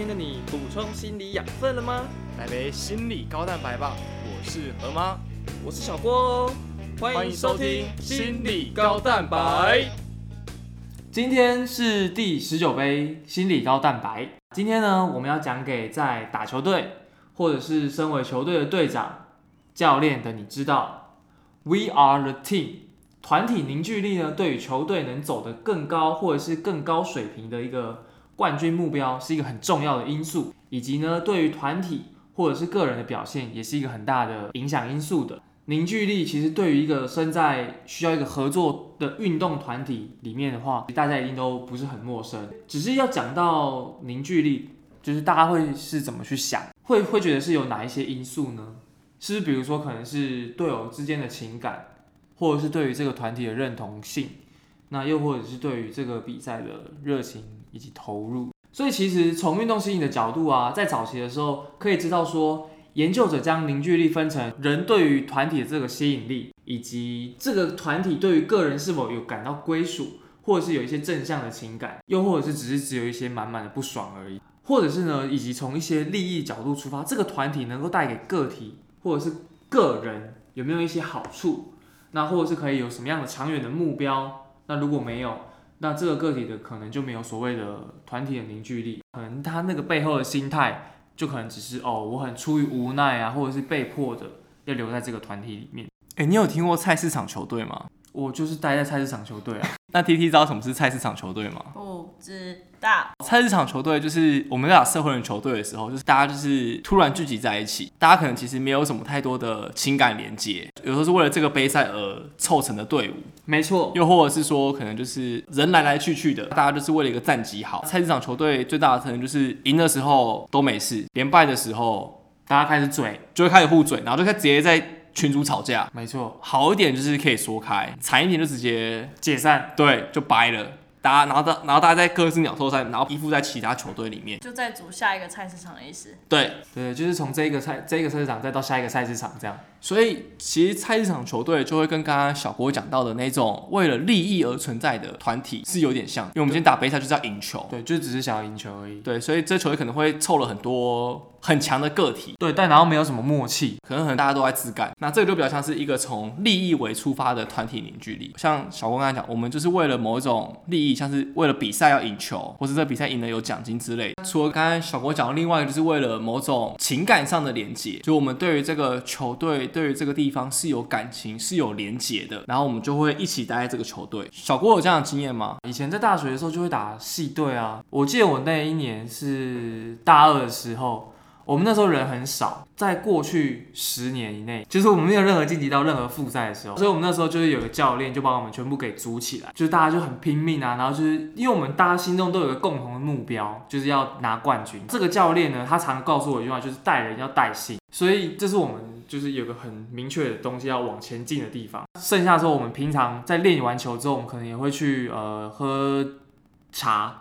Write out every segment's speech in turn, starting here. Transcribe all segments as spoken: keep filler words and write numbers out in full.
天的你补充心理养分了吗？ 来杯心理高蛋白吧！我是何妈， 我是小郭哦，欢迎收听心理高蛋白。 今天是第十九杯心理高蛋白。今天呢，我们要讲给在打球队或者是身为球队的队长、教练的你知道 ，We are the team。团体凝聚力呢，对于球队能走得更高或者是更高水平的一个冠军目标，是一个很重要的因素，以及呢，对于团体或者是个人的表现，也是一个很大的影响因素的。凝聚力其实对于一个身在需要一个合作的运动团体里面的话，大家一定都不是很陌生。只是要讲到凝聚力，就是大家会是怎么去想，会会觉得是有哪一些因素呢？是不是比如说可能是队友之间的情感，或者是对于这个团体的认同性，那又或者是对于这个比赛的热情以及投入。所以其实从运动心理的角度啊，在早期的时候可以知道说，研究者将凝聚力分成人对于团体的这个吸引力，以及这个团体对于个人是否有感到归属，或者是有一些正向的情感，又或者是只是只有一些满满的不爽而已。或者是呢，以及从一些利益角度出发，这个团体能够带给个体或者是个人有没有一些好处，那或者是可以有什么样的长远的目标。那如果没有，那这个个体的可能就没有所谓的团体的凝聚力，可能他那个背后的心态就可能只是哦，我很出于无奈啊，或者是被迫的要留在这个团体里面。 哎、欸，你有听过菜市场球队吗？ 我就是待在菜市场球队啊。 那 T T 知道什么是菜市场球队吗？ 不知道。 菜市场球队就是我们在打社会人球队的时候，就是大家就是突然聚集在一起，大家可能其实没有什么太多的情感连接，有时候是为了这个杯赛而凑成的队伍。 没错。 又或者是说，可能就是人来来去去的，大家就是为了一个战绩好。菜市场球队最大的特征就是赢的时候都没事，连败的时候大家开始嘴， 就会开始互嘴，然后就开始直接在群组吵架。 没错。 好一点就是可以说开，惨一点就直接解散， 对，就掰了。大家，然后大，然后大家在各自鸟兽散，然后依附在其他球队里面， 就再组下一个菜市场的意思。 对， 对，就是从这一个菜这一个菜市场再到下一个菜市场这样。 所以其实菜市场球队就会跟刚刚小郭讲到的那种为了利益而存在的团体是有点像，因为我们今天打杯赛就是要赢球， 对，就只是想要赢球而已。 对，所以这球队可能会凑了很多很强的个体， 对，但然后没有什么默契， 可能可能大家都在自干，那这个就比较像是一个从利益为出发的团体凝聚力。像小郭刚才讲，我们就是为了某一种利益，像是为了比赛要赢球，或是这比赛赢了有奖金之类的。除了刚才小郭讲的，另外一个就是为了某种情感上的连结，就我们对于这个球队、对于这个地方是有感情、是有连结的，然后我们就会一起待在这个球队。小郭有这样的经验吗？ 以前在大学的时候就会打系队啊，我记得我那一年是大二的时候。我们那时候人很少，在过去十年以内，就是我们没有任何晋级到任何复赛的时候，所以我们那时候就是有个教练就把我们全部给组起来，就是大家就很拼命啊，然后就是因为我们大家心中都有个共同的目标，就是要拿冠军。这个教练呢，他常告诉我一句话，就是带人要带心，所以这是我们就是有个很明确的东西要往前进的地方。剩下的时候，我们平常在练完球之后，我们可能也会去呃喝茶。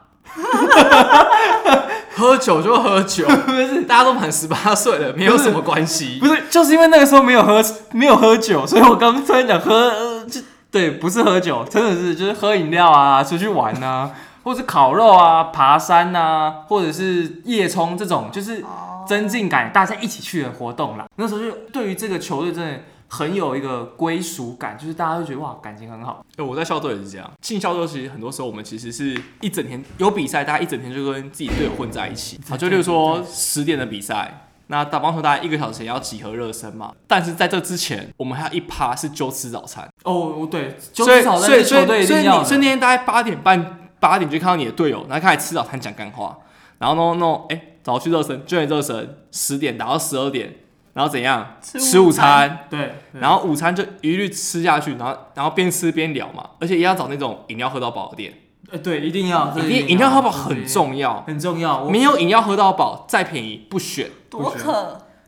喝酒就喝酒，不是大家都满十八岁了，没有什么关系。 不是，就是因为那个时候没有喝没有喝酒，所以我刚刚突然讲喝，呃、就对，不是喝酒，真的是就是喝饮料啊，出去玩啊，或者是烤肉啊、爬山啊，或者是夜冲这种，就是增进感，大家一起去的活动啦。那时候就对于这个球队真的很有一个归属感，就是大家会觉得哇，感情很好。 我在校队也是这样，进校队其实很多时候我们其实是一整天有比赛，大家一整天就跟自己队友混在一起。好，就例如说十点的比赛，那打棒球大概一个小时前要集合热身嘛，但是在这之前，我们还有一趴是揪吃早餐。 哦，对，揪吃早餐是球队一定要的。 所以那天大概八点半、八点就看到你的队友，然后开始吃早餐讲干话，然后弄弄，哎，早去热身，九点热身，十点打到十二点。然后怎样？吃午餐， 对， 然后午餐就一律吃下去，然后然后边吃边聊嘛，而且也要找那种饮料喝到饱的店。 呃，对，一定要， 饮料喝到饱很重要， 很重要。 没有饮料喝到饱，再便宜不选。 多渴，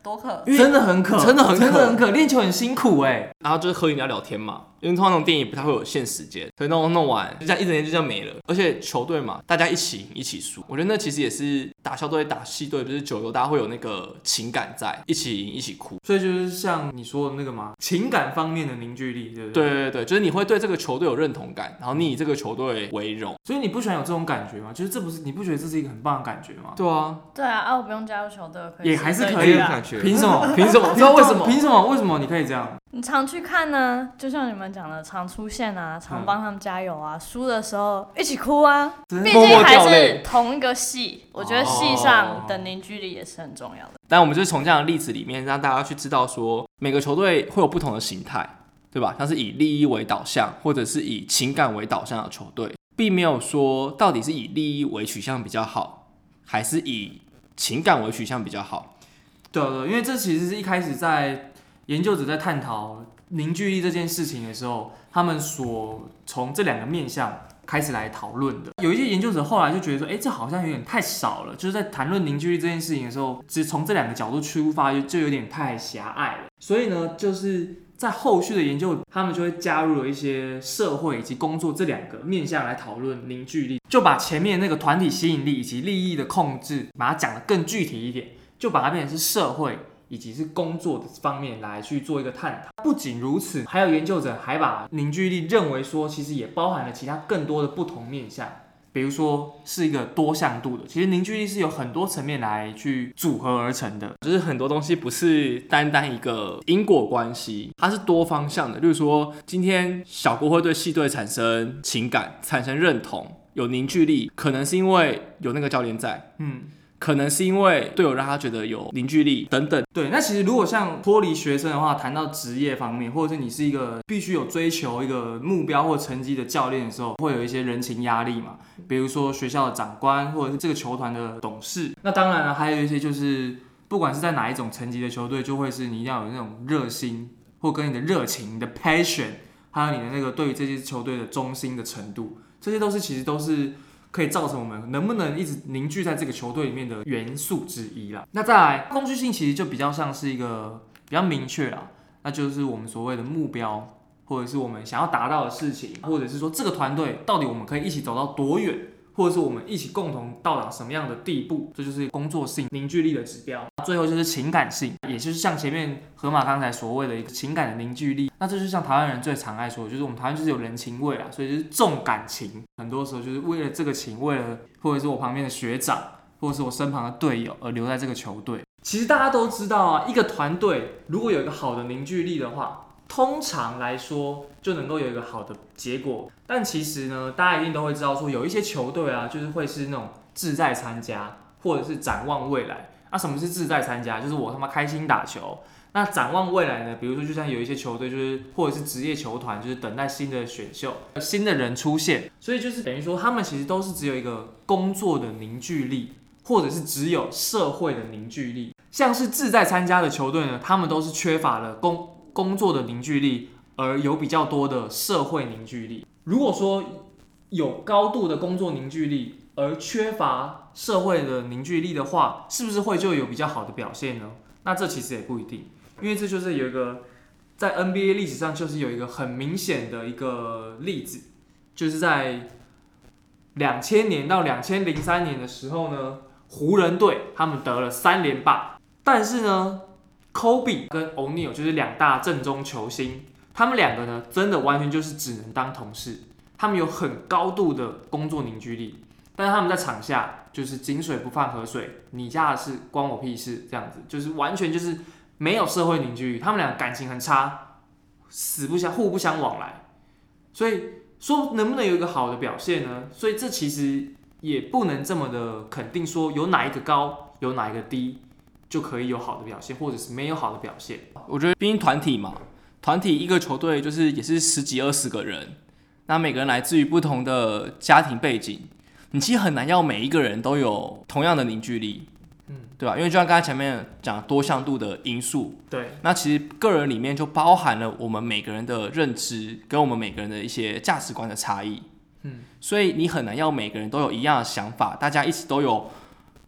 多渴， 真的很渴， 真的很渴真的很渴，练球很辛苦哎。 然后就是喝饮料聊天嘛，因为通常那种电影不太会有限时间，所以弄弄完就这样一整天就这样没了。而且球队嘛，大家一起赢一起输，我觉得那其实也是打校队打系队，就是久了大家会有那个情感在，一起赢一起哭。 所以就是像你说的那个嘛，情感方面的凝聚力，对不对？ 对对对，就是你会对这个球队有认同感，然后你以这个球队为荣。 所以你不喜欢有这种感觉吗？就是这不是你不觉得这是一个很棒的感觉吗？ 对啊， 对啊，啊我不用加入球队，可以也还是可以啊。 以啊。凭什么？ 凭什么？知道为什么？ 凭什么？为什么你可以这样？ 你常去看呢、啊，就像你们讲的，常出现啊，常帮他们加油啊，输、嗯、的时候一起哭啊，毕竟还是同一个系，我觉得系上的凝聚力也是很重要的。 但我们就是从这样的例子里面，让大家去知道说，每个球队会有不同的形态，对吧？像是以利益为导向，或者是以情感为导向的球队，并没有说到底是以利益为取向比较好，还是以情感为取向比较好。 对对，因为这其实是一开始在研究者在探讨凝聚力这件事情的时候，他们所从这两个面向开始来讨论的。有一些研究者后来就觉得说，哎，这好像有点太少了，就是在谈论凝聚力这件事情的时候，只从这两个角度出发，就有点太狭隘了。所以呢，就是在后续的研究，他们就会加入了一些社会以及工作这两个面向来讨论凝聚力，就把前面那个团体吸引力以及利益的控制，把它讲得更具体一点，就把它变成是社会以及是工作的方面来去做一个探讨。不仅如此，还有研究者还把凝聚力认为说，其实也包含了其他更多的不同面向，比如说是一个多向度的。其实凝聚力是有很多层面来去组合而成的， 就是很多东西不是单单一个因果关系，它是多方向的。例如说，今天小国会对系队产生情感、产生认同、有凝聚力，可能是因为有那个教练在，嗯。可能是因为队友让他觉得有凝聚力等等。 对，那其实如果像脱离学生的话，谈到职业方面，或者是你是一个必须有追求一个目标或成绩的教练的时候，会有一些人情压力嘛，比如说学校的长官，或者是这个球团的董事。那当然了，还有一些就是不管是在哪一种层级的球队，就会是你一定要有那种热心，或跟你的热情、你的 passion， 还有你的那个对于这支球队的忠心的程度，这些都是其实都是可以造成我们能不能一直凝聚在这个球队里面的元素之一啦。那再来，工具性其实就比较像是一个比较明确啦，那就是我们所谓的目标，或者是我们想要达到的事情，或者是说这个团队到底我们可以一起走到多远，或者是我们一起共同到达什么样的地步，这就是工作性凝聚力的指标。最后就是情感性，也就是像前面河马刚才所谓的一个情感的凝聚力。那这就像台湾人最常爱说的，就是我们台湾就是有人情味啦，所以就是重感情。很多时候就是为了这个情，为了或者是我旁边的学长，或者是我身旁的队友而留在这个球队。其实大家都知道啊，一个团队如果有一个好的凝聚力的话，通常来说就能够有一个好的结果。但其实呢，大家一定都会知道说，有一些球队啊，就是会是那种志在参加，或者是展望未来。那、啊、什么是志在参加？就是我他妈开心打球。那展望未来呢？比如说，就像有一些球队，就是或者是职业球团，就是等待新的选秀、新的人出现。所以就是等于说，他们其实都是只有一个工作的凝聚力，或者是只有社会的凝聚力。像是志在参加的球队呢，他们都是缺乏了工工作的凝聚力，而有比较多的社会凝聚力。如果说有高度的工作凝聚力，而缺乏社会的凝聚力的话，是不是会就有比较好的表现呢？那这其实也不一定，因为这就是有一个在 N B A 历史上就是有一个很明显的一个例子，就是在两千年到两千零三年的时候呢，湖人队他们得了三连霸，但是呢 ，Kobe 跟 O'Neal 就是两大正宗球星，他们两个呢真的完全就是只能当同事，他们有很高度的工作凝聚力。但是他们在场下就是井水不犯河水，你家的事关我屁事，这样子就是完全就是没有社会凝聚力，他们俩感情很差，死不相互不相往来，所以说能不能有一个好的表现呢？所以这其实也不能这么的肯定说有哪一个高有哪一个低就可以有好的表现，或者是没有好的表现。 我觉得毕竟团体嘛，团体一个球队就是也是十几二十个人，那每个人来自于不同的家庭背景。你其实很难要每一个人都有同样的凝聚力，嗯，对吧？因为就像刚才前面讲多向度的因素， 对， 那其实个人里面就包含了我们每个人的认知跟我们每个人的一些价值观的差异，嗯，所以你很难要每个人都有一样的想法，大家一起都有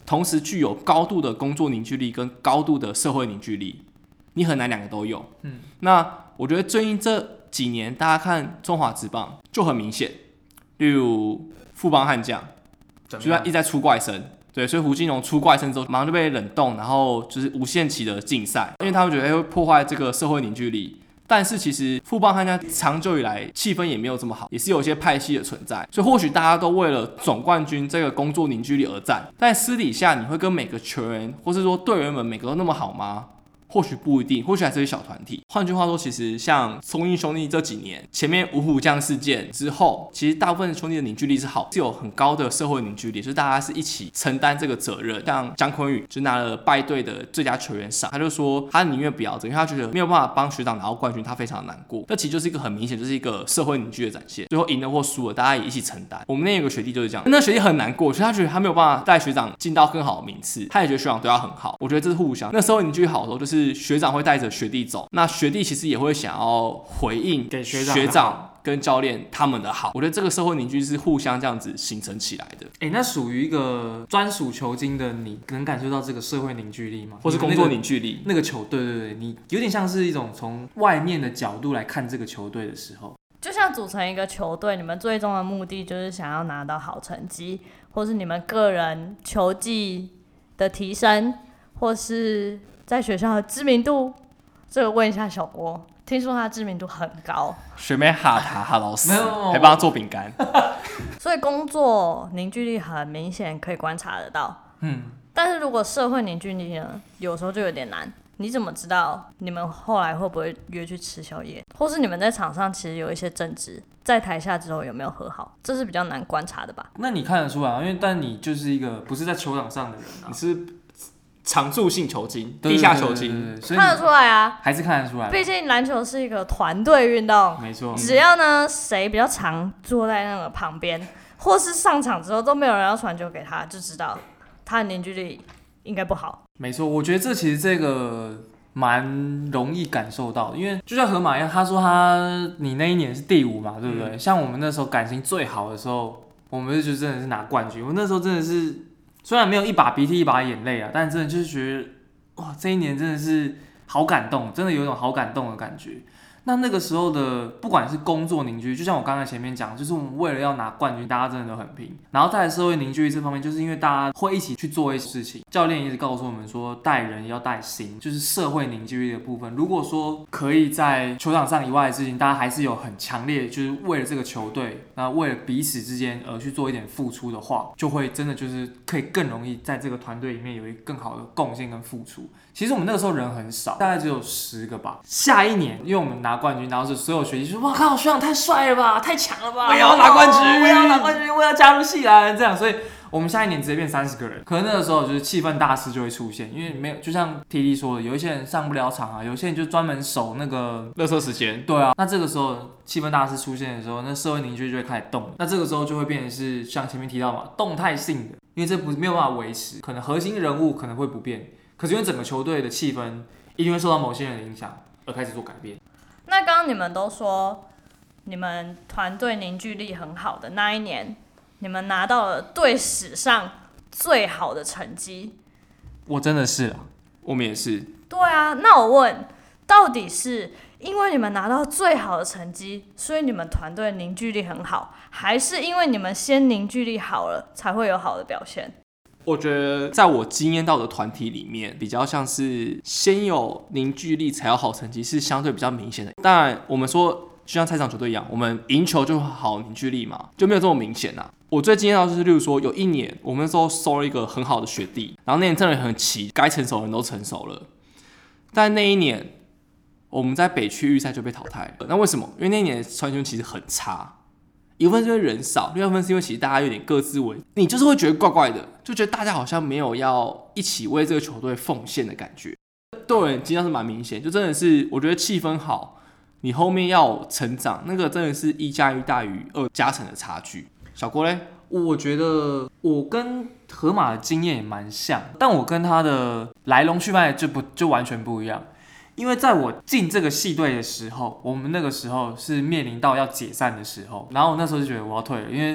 同时具有高度的工作凝聚力跟高度的社会凝聚力，你很难两个都有。嗯，那我觉得最近这几年大家看中华职棒就很明显，例如富邦悍将，就算一直在出怪声。对，所以胡金龙出怪声之后，马上就被冷冻，然后就是无限期的禁赛，因为他们觉得会破坏这个社会凝聚力。但是其实富邦悍将长久以来气氛也没有这么好，也是有一些派系的存在，所以或许大家都为了总冠军这个工作凝聚力而战，但私底下你会跟每个球员或是说队员们每个都那么好吗？或许不一定，或许还是小团体。换句话说，其实像松鹰兄弟这几年，前面五虎将事件之后，其实大部分兄弟的凝聚力是好，是有很高的社会凝聚力，就是大家是一起承担这个责任。像江坤宇就拿了败队的最佳球员赏，他就说他宁愿不要这个，因为他觉得没有办法帮学长拿到冠军，他非常难过。这其实就是一个很明显，就是一个社会凝聚的展现。最后赢了或输了，大家也一起承担。我们那有个学弟就是这样，那学弟很难过，所以他觉得他没有办法带学长进到更好的名次，他也觉得学长对他很好。我觉得这是互相。那社会凝聚好的时候，就是学长会带着学弟走，那学弟其实也会想要回应给学长学长跟教练他们的好。我觉得这个社会凝聚是互相这样子形成起来的。 哎、欸，那属于一个专属球经的你，能感受到这个社会凝聚力吗？ 或是工作凝聚力？ 那个球队，对对对，你有点像是一种从外面的角度来看这个球队的时候， 就像组成一个球队，你们最终的目的就是想要拿到好成绩，或是你们个人球技的提升，或是在学校的知名度。这个问一下小郭，听说他知名度很高， 学妹哈他哈老师， 没有， 还帮他做饼干， 所以工作凝聚力很明显可以观察得到。嗯，但是如果社会凝聚力呢，有时候就有点难。你怎么知道你们后来会不会约去吃宵夜，或是你们在场上其实有一些争执，在台下之后有没有和好，这是比较难观察的吧？ 那你看得出来啊，因为但你就是一个不是在球场上的人啊， 你是常驻性球精，地下球精， 看得出来啊， 还是看得出来。 毕竟篮球是一个团队运动， 没错。 只要呢谁比较常坐在那个旁边，或是上场之后都没有人要传球给他，就知道他的凝聚力应该不好。 没错，我觉得这其实这个蛮容易感受到的，因为就像河马一样，他说他你那一年是第五嘛，对不对？嗯、像我们那时候感情最好的时候，我们就真的是拿冠军。我那时候真的是。虽然没有一把鼻涕一把眼泪啊，但真的就是觉得哇，这一年真的是好感动，真的有一种好感动的感觉。那那个时候的不管是工作凝聚，就像我刚才前面讲，就是我们为了要拿冠军，大家真的都很拼。然后在社会凝聚力这方面，就是因为大家会一起去做一些事情。教练一直告诉我们说，带人要带心，就是社会凝聚力的部分。如果说可以在球场上以外的事情，大家还是有很强烈，就是为了这个球队，那为了彼此之间而去做一点付出的话，就会真的就是可以更容易在这个团队里面有一个更好的贡献跟付出。其实我们那个时候人很少，大概只有十个吧。下一年，因为我们拿冠军，然后是所有学弟说：“哇靠，学长太帅了吧，太强了吧！ 我要拿冠军， 我要拿冠军，我要加入系篮。”这样，所以我们下一年直接变三十个人。可能那个时候就是气氛大师就会出现，因为没有，就像 T D 说的，有一些人上不了场啊，有些人就专门守那个垃圾时间。 对啊，那这个时候气氛大师出现的时候，那社会凝聚力就会开始动。那这个时候就会变成是像前面提到嘛，动态性的，因为这不没有办法维持，可能核心人物可能会不变。可是因为整个球队的气氛一定会受到某些人的影响，而开始做改变。 那刚刚你们都说你们团队凝聚力很好的那一年，你们拿到了队史上最好的成绩。 我真的是啊， 我们也是。 对啊，那我问，到底是因为你们拿到最好的成绩，所以你们团队凝聚力很好，还是因为你们先凝聚力好了，才会有好的表现？ 我觉得在我经验到的团体里面，比较像是先有凝聚力才有好成绩，是相对比较明显的。当然，我们说就像菜场球队一样，我们赢球就好凝聚力嘛，就没有这么明显啊。我最惊艳到就是，例如说有一年我们那时候收了一个很好的学弟，然后那年真的很齐，该成熟的人都成熟了，但那一年我们在北区预赛就被淘汰了。那为什么？因为那一年川军其实很差。一部分是因为人少，另外一部分是因为其实大家有点各自为，你就是会觉得怪怪的，就觉得大家好像没有要一起为这个球队奉献的感觉。对我今天是蛮明显，就真的是我觉得气氛好，你后面要成长，那个真的是一加一大于二加成的差距。小郭嘞？ 我觉得我跟河马的经验也蛮像，但我跟他的来龙去脉就不就完全不一样。因为在我进这个系队的时候，我们那个时候是面临到要解散的时候，然后我那时候就觉得我要退了，因为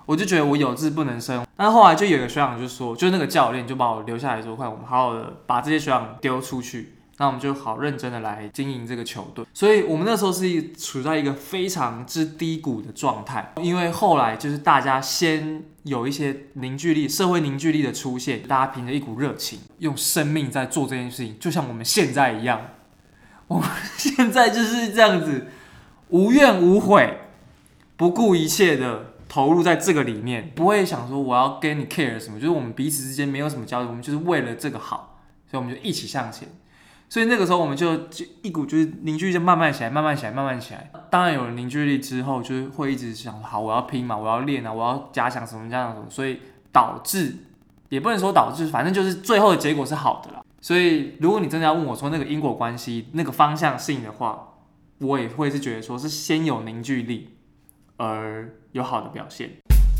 我就觉得我有志不能伸。但是后来就有一个学长就说，就是那个教练就把我留下来说，快，我们好好的把这些学长丢出去，那我们就好认真的来经营这个球队。所以我们那时候是处在一个非常之低谷的状态，因为后来就是大家先有一些凝聚力、社会凝聚力的出现，大家凭着一股热情，用生命在做这件事情，就像我们现在一样。我们现在就是这样子，无怨无悔，不顾一切的投入在这个里面，不会想说我要跟你 care 什么，就是我们彼此之间没有什么交流，我们就是为了这个好，所以我们就一起向前。所以那个时候我们就就一股就是凝聚力就慢慢起来，慢慢起来，慢慢起来。当然有了凝聚力之后，就是会一直想，好，我要拼嘛，我要练啊，我要加强什么加强什么，所以导致也不能说导致，反正就是最后的结果是好的啦。所以如果你真的要问我说那个因果关系、那个方向性的话，我也会是觉得说是先有凝聚力，而有好的表现。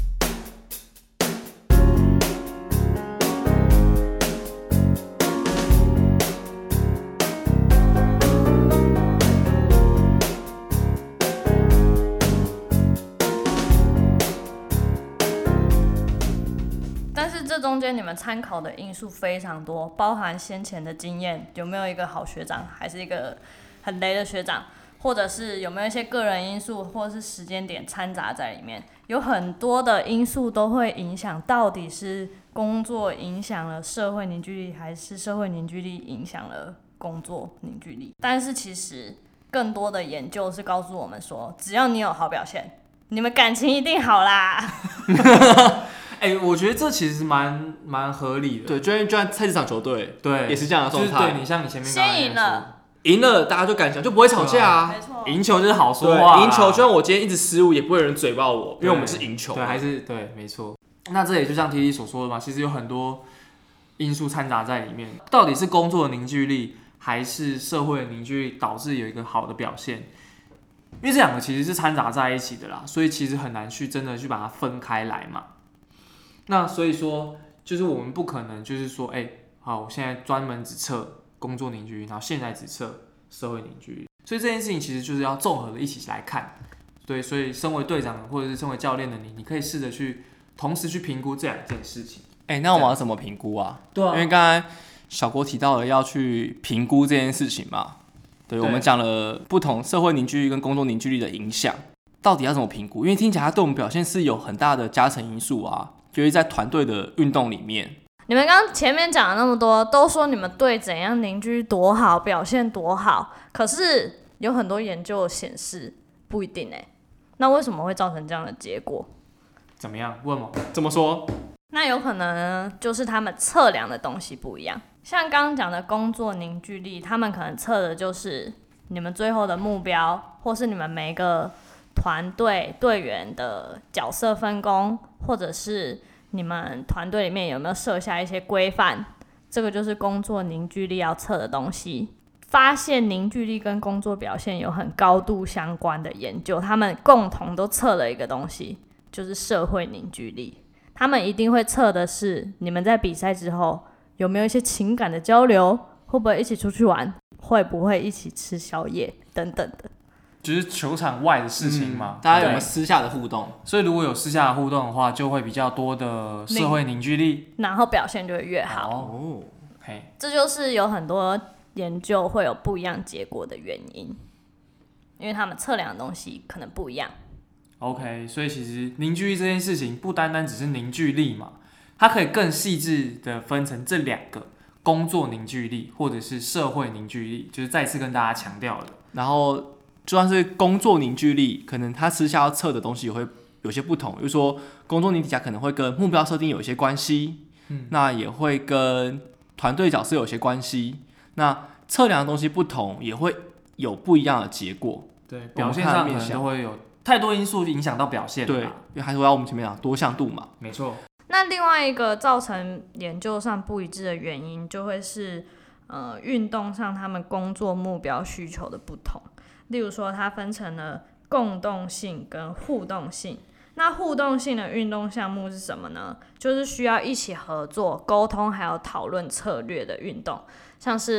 这中间你们参考的因素非常多，包含先前的经验，有没有一个好学长，还是一个很雷的学长，或者是有没有一些个人因素，或者是时间点掺杂在里面，有很多的因素都会影响，到底是工作影响了社会凝聚力，还是社会凝聚力影响了工作凝聚力？但是其实更多的研究是告诉我们说，只要你有好表现，你们感情一定好啦。 哎、欸，我觉得这其实蛮蛮合理的。 对，就就像菜市场球队， 对， 也是这样的状态。 就是对你像你前面刚刚先赢了， 赢了大家就敢想，就不会吵架啊。 没错， 赢球就是好说话。 赢球就算我今天一直失误，也不会有人嘴爆我，因为我们是赢球。 对，还是对，没错。那这也就像 T T 所说的嘛，其实有很多因素掺杂在里面。到底是工作的凝聚力，还是社会的凝聚力导致有一个好的表现？因为这两个其实是掺杂在一起的啦，所以其实很难去真的去把它分开来嘛。那所以说，就是我们不可能就是说，哎、欸，好，我现在专门只测工作凝聚力，然后现在只测社会凝聚力。所以这件事情其实就是要综合的一起来看。对，所以身为队长或者是身为教练的你，你可以试着去同时去评估这两件事情。 哎、欸，那我们要怎么评估啊？ 对啊， 因为刚才小郭提到了要去评估这件事情嘛。对，对我们讲了不同社会凝聚力跟工作凝聚力的影响，到底要怎么评估？因为听起来它对我们表现是有很大的加成因素啊。就是在团队的运动里面， 你们刚刚前面讲了那么多，都说你们队怎样凝聚多好，表现多好，可是有很多研究显示不一定哎。那为什么会造成这样的结果？ 怎么样？问吗？ 怎么说？ 那有可能就是他们测量的东西不一样。像刚刚讲的工作凝聚力，他们可能测的就是你们最后的目标，或是你们每一个团队队员的角色分工，或者是你们团队里面有没有设下一些规范，这个就是工作凝聚力要测的东西。发现凝聚力跟工作表现有很高度相关的研究，他们共同都测了一个东西，就是社会凝聚力。他们一定会测的是你们在比赛之后有没有一些情感的交流，会不会一起出去玩，会不会一起吃宵夜等等的。 就是球场外的事情嘛、 嗯，大家有没有私下的互动？ 所以如果有私下的互动的话，就会比较多的社会凝聚力， 然后表现就会越好。 哦，嘿， 这就是有很多研究会有不一样结果的原因，因为他们测量的东西可能不一样。 OK， 所以其实凝聚力这件事情不单单只是凝聚力嘛，它可以更细致的分成这两个：工作凝聚力或者是社会凝聚力，就是再次跟大家强调的。 然后。就算是工作凝聚力，可能他私下要测的东西也会有些不同，比如说工作凝聚力可能会跟目标设定有一些关系、嗯，那也会跟团队角色有些关系。那测量的东西不同，也会有不一样的结果。 对，表现上可能都会有太多因素影响到表现。 对，因为还是要我们前面讲多项度嘛。 没错。 那另外一个造成研究上不一致的原因，就会是呃运动上他们工作目标需求的不同。例如说，它分成了共动性跟互动性。那互动性的运动项目是什么呢？就是需要一起合作、沟通还有讨论策略的运动，像是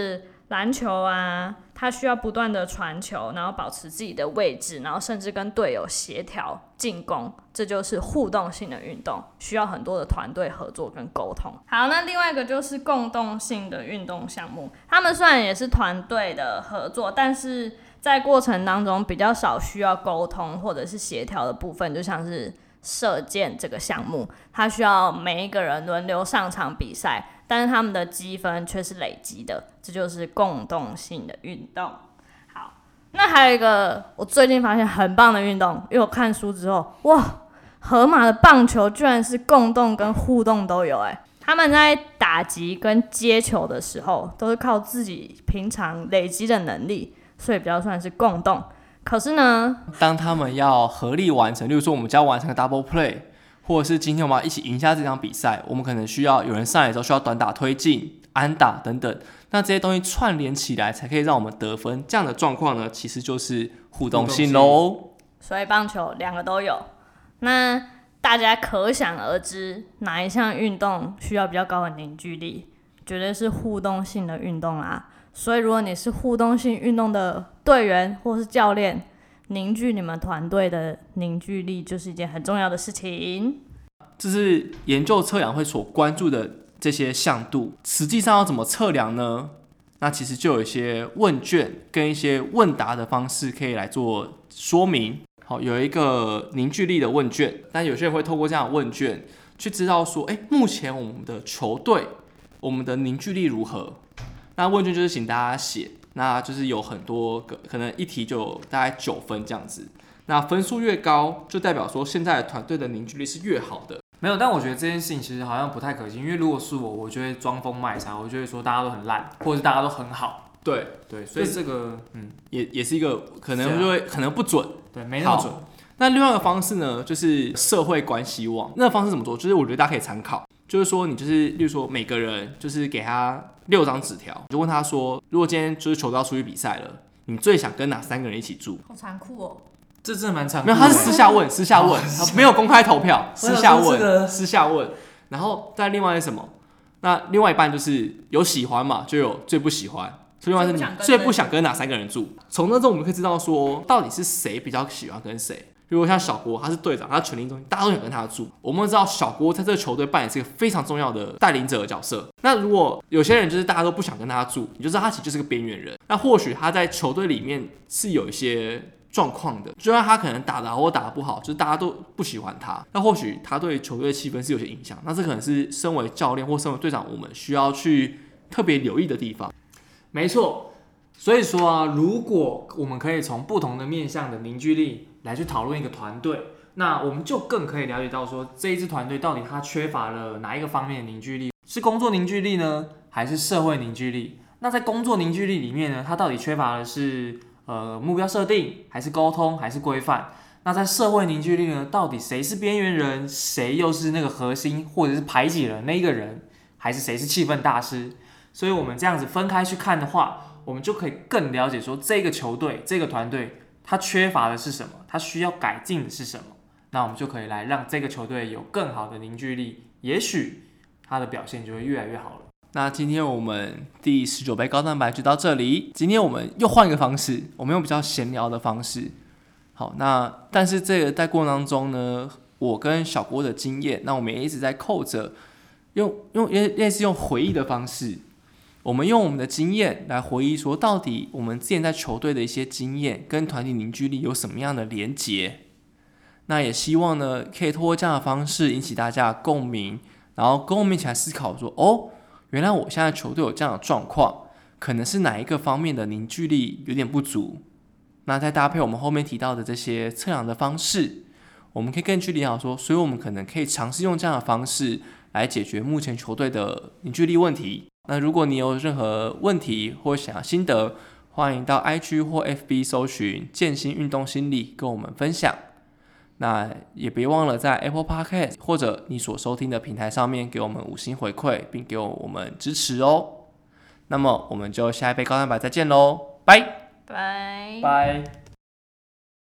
篮球啊，他需要不断的传球，然后保持自己的位置，然后甚至跟队友协调进攻，这就是互动性的运动，需要很多的团队合作跟沟通。好，那另外一个就是共动性的运动项目，他们虽然也是团队的合作，但是在过程当中比较少需要沟通或者是协调的部分，就像是射箭这个项目，它需要每一个人轮流上场比赛，但是他们的积分却是累积的，这就是共动性的运动。好，那还有一个我最近发现很棒的运动，因为我看书之后，哇，河马的棒球居然是共动跟互动都有哎、欸！他们在打击跟接球的时候，都是靠自己平常累积的能力，所以比较算是共动。可是呢， 当他们要合力完成，例如说我们要完成个 double play， 或者是今天我们要一起赢下这场比赛，我们可能需要有人上来之后需要短打推进、安打等等，那这些东西串联起来才可以让我们得分。这样的状况呢，其实就是互动性咯。 所以棒球两个都有。那大家可想而知，哪一项运动需要比较高的凝聚力？绝对是互动性的运动啦。所以如果你是互动性运动的队员或是教练，凝聚你们团队的凝聚力就是一件很重要的事情。 这是研究测量会所关注的这些向度，实际上要怎么测量呢？那其实就有一些问卷跟一些问答的方式可以来做说明。好，有一个凝聚力的问卷，但有些人会透过这样的问卷去知道说，哎，目前我们的球队我们的凝聚力如何？那问卷就是请大家写，那就是有很多个，可能一题就有大概九分这样子。那分数越高，就代表说现在的团队的凝聚力是越好的。 没有，但我觉得这件事情其实好像不太可行，因为如果是我，我就会装疯卖傻，我就会说大家都很烂，或者是大家都很好。 对对，所以这个嗯也也是一个可能就会、啊、可能不准， 对，没那么准。 那另外一个方式呢，就是社会关系网。那个方式怎么做？就是我觉得大家可以参考，就是说你就是例如说每个人就是给他六张纸条，就问他说，如果今天就是球队要出去比赛了，你最想跟哪三个人一起住？ 好残酷哦！ 这真的蛮残酷的。 没有，他是私下问，私下问，他没有公开投票，私下问， 这个、 私下问。然后再另外是什么？那另外一半就是有喜欢嘛，就有最不喜欢。所以另外是你最不想跟哪三个人住？从那中我们可以知道说，到底是谁比较喜欢跟谁。如果像小郭，他是队长，他权力中心，大家都想跟他住。我们知道小郭在这个球队扮演是一个非常重要的带领者的角色。那如果有些人就是大家都不想跟他住，你就知道他其实就是个边缘人。那或许他在球队里面是有一些状况的，就算他可能打得好或打得不好，就是大家都不喜欢他。那或许他对球队的气氛是有些影响。那这可能是身为教练或身为队长，我们需要去特别留意的地方。 没错。所以说啊，如果我们可以从不同的面向的凝聚力来去讨论一个团队，那我们就更可以了解到说，这一支团队到底它缺乏了哪一个方面的凝聚力？是工作凝聚力呢，还是社会凝聚力？那在工作凝聚力里面呢，它到底缺乏的是呃目标设定，还是沟通，还是规范？那在社会凝聚力呢，到底谁是边缘人，谁又是那个核心，或者是排挤了那一个人，还是谁是气氛大师？所以我们这样子分开去看的话，我们就可以更了解说这个球队、这个团队它缺乏的是什么，它需要改进的是什么。那我们就可以来让这个球队有更好的凝聚力，也许它的表现就会越来越好了。 那今天我们第十九杯高蛋白就到这里。今天我们又换一个方式，我们用比较闲聊的方式。好，那但是这个在过程当中呢，我跟小郭的经验，那我们也一直在扣着用用类似用回忆的方式。我们用我们的经验来回忆说，到底我们之前在球队的一些经验跟团体凝聚力有什么样的连结。那也希望呢，可以透过这样的方式引起大家的共鸣，然后跟我们一起来思考说，哦，原来我现在球队有这样的状况，可能是哪一个方面的凝聚力有点不足。那再搭配我们后面提到的这些测量的方式，我们可以更具体讲说，所以我们可能可以尝试用这样的方式来解决目前球队的凝聚力问题。那如果你有任何问题或想要心得，欢迎到 I G 或 F B 搜寻健心运动心理跟我们分享。那也别忘了在 Apple Podcast 或者你所收听的平台上面给我们五星回馈，并给我们支持哦。那么我们就下一杯高蛋白再见喽，拜拜拜。